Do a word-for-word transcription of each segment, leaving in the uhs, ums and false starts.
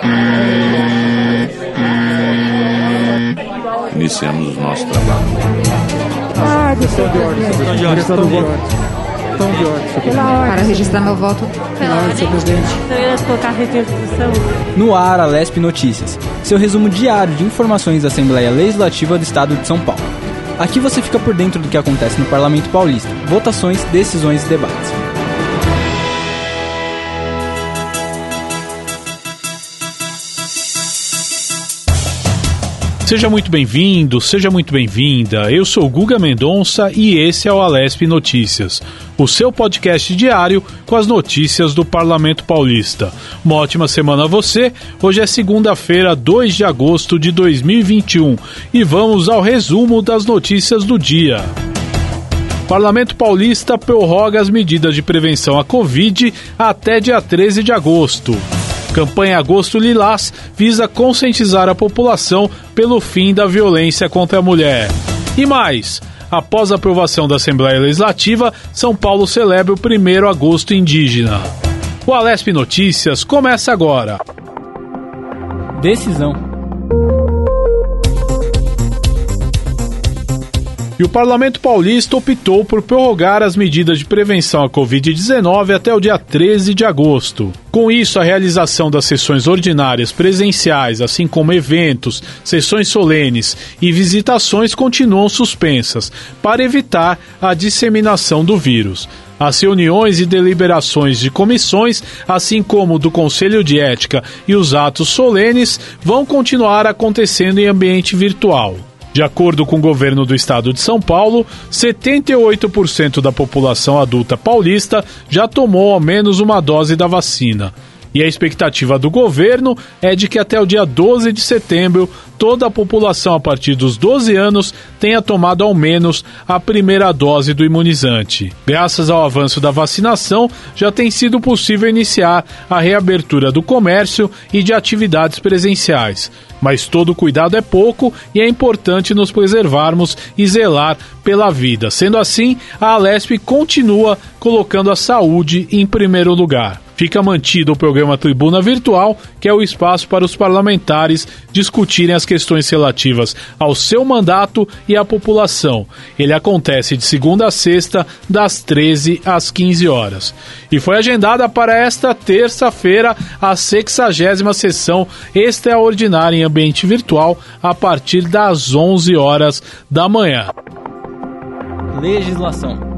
Iniciamos o nosso trabalho. Ah, questão de ordem, questão de ordem, questão de ordem. Para registrar meu voto. Pela ordem, senhor presidente. Eu ia colocar requisição. No ar, a Lesp Notícias, seu resumo diário de informações da Assembleia Legislativa do Estado de São Paulo. Aqui você fica por dentro do que acontece no Parlamento Paulista, votações, decisões e debates. Seja muito bem-vindo, seja muito bem-vinda. Eu sou Guga Mendonça e esse é o Alesp Notícias, o seu podcast diário com as notícias do Parlamento Paulista. Uma ótima semana a você. Hoje é segunda-feira, dois de agosto de dois mil e vinte e um e vamos ao resumo das notícias do dia. Parlamento Paulista prorroga as medidas de prevenção à Covid até dia treze de agosto. Campanha Agosto Lilás visa conscientizar a população pelo fim da violência contra a mulher. E mais, após a aprovação da Assembleia Legislativa, São Paulo celebra o primeiro agosto indígena. O Alesp Notícias começa agora. Decisão. E o Parlamento Paulista optou por prorrogar as medidas de prevenção à covid dezenove até o dia treze de agosto. Com isso, a realização das sessões ordinárias presenciais, assim como eventos, sessões solenes e visitações continuam suspensas, para evitar a disseminação do vírus. As reuniões e deliberações de comissões, assim como do Conselho de Ética e os atos solenes, vão continuar acontecendo em ambiente virtual. De acordo com o governo do estado de São Paulo, setenta e oito por cento da população adulta paulista já tomou ao menos uma dose da vacina. E a expectativa do governo é de que até o dia doze de setembro, toda a população a partir dos doze anos tenha tomado ao menos a primeira dose do imunizante. Graças ao avanço da vacinação, já tem sido possível iniciar a reabertura do comércio e de atividades presenciais. Mas todo cuidado é pouco e é importante nos preservarmos e zelar pela vida. Sendo assim, a Alesp continua colocando a saúde em primeiro lugar. Fica mantido o programa Tribuna Virtual, que é o espaço para os parlamentares discutirem as questões relativas ao seu mandato e à população. Ele acontece de segunda a sexta, das treze às quinze horas. E foi agendada para esta terça-feira a sexagésima sessão extraordinária em ambiente virtual a partir das onze horas da manhã. Legislação.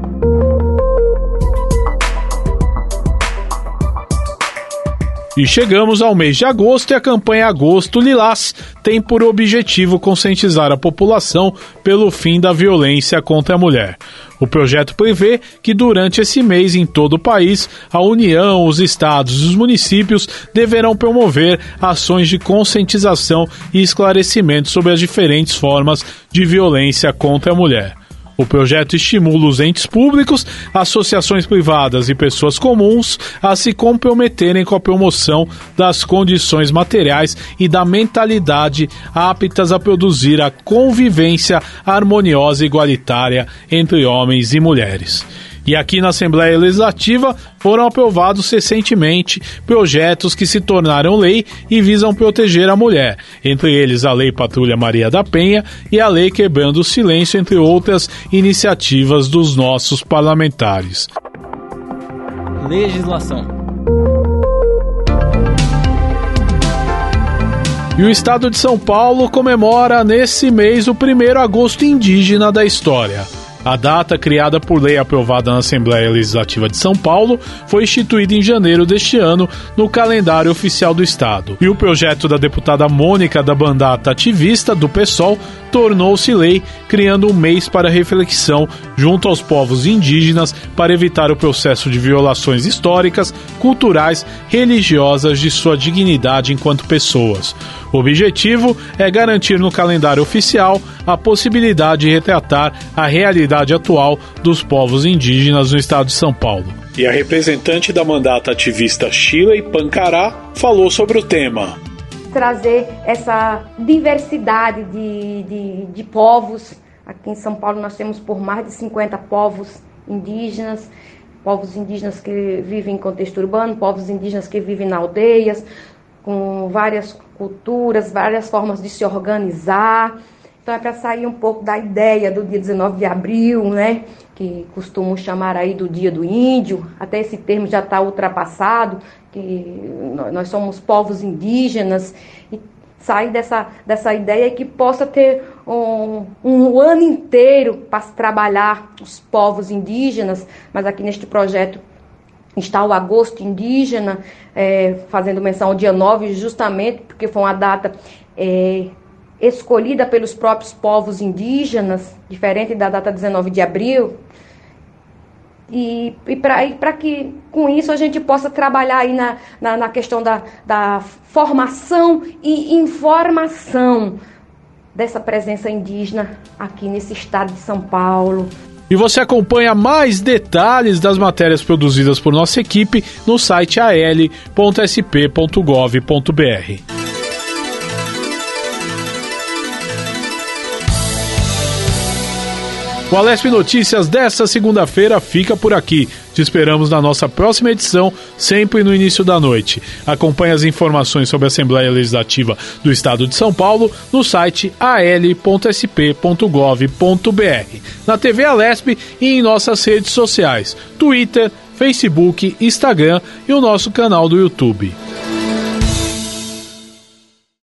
E chegamos ao mês de agosto e a campanha Agosto Lilás tem por objetivo conscientizar a população pelo fim da violência contra a mulher. O projeto prevê que durante esse mês em todo o país, a União, os estados e os municípios deverão promover ações de conscientização e esclarecimento sobre as diferentes formas de violência contra a mulher. O projeto estimula os entes públicos, associações privadas e pessoas comuns a se comprometerem com a promoção das condições materiais e da mentalidade aptas a produzir a convivência harmoniosa e igualitária entre homens e mulheres. E aqui na Assembleia Legislativa foram aprovados recentemente projetos que se tornaram lei e visam proteger a mulher, entre eles a Lei Patrulha Maria da Penha e a Lei Quebrando o Silêncio, entre outras iniciativas dos nossos parlamentares. Legislação. E o estado de São Paulo comemora nesse mês o primeiro agosto indígena da história. A data, criada por lei aprovada na Assembleia Legislativa de São Paulo, foi instituída em janeiro deste ano no calendário oficial do Estado. E o projeto da deputada Mônica da Bandata Ativista, do PSOL, tornou-se lei, criando um mês para reflexão junto aos povos indígenas para evitar o processo de violações históricas, culturais, religiosas de sua dignidade enquanto pessoas. O objetivo é garantir no calendário oficial a possibilidade de retratar a realidade atual dos povos indígenas no estado de São Paulo. E a representante da Mandata Ativista Shirley Pancará falou sobre o tema. Trazer essa diversidade de, de, de povos. Aqui em São Paulo nós temos por mais de cinquenta povos indígenas, povos indígenas que vivem em contexto urbano, povos indígenas que vivem em aldeias, com várias culturas, várias formas de se organizar. Então é para sair um pouco da ideia do dia dezenove de abril, né, que costumam chamar aí do Dia do Índio. Até esse termo já está ultrapassado, que nós somos povos indígenas, e sair dessa, dessa ideia que possa ter um, um ano inteiro para se trabalhar os povos indígenas, mas aqui neste projeto está o Agosto Indígena, é, fazendo menção ao dia nove, justamente porque foi uma data é, escolhida pelos próprios povos indígenas, diferente da data dezenove de abril, e, e para que com isso a gente possa trabalhar aí na, na, na questão da, da formação e informação dessa presença indígena aqui nesse estado de São Paulo. E você acompanha mais detalhes das matérias produzidas por nossa equipe no site a l ponto s p ponto gov ponto b r. O Alesp Notícias desta segunda-feira fica por aqui. Te esperamos na nossa próxima edição, sempre no início da noite. Acompanhe as informações sobre a Assembleia Legislativa do Estado de São Paulo no site a l ponto s p ponto gov ponto b r, na T V Alesp e em nossas redes sociais, Twitter, Facebook, Instagram e o nosso canal do YouTube.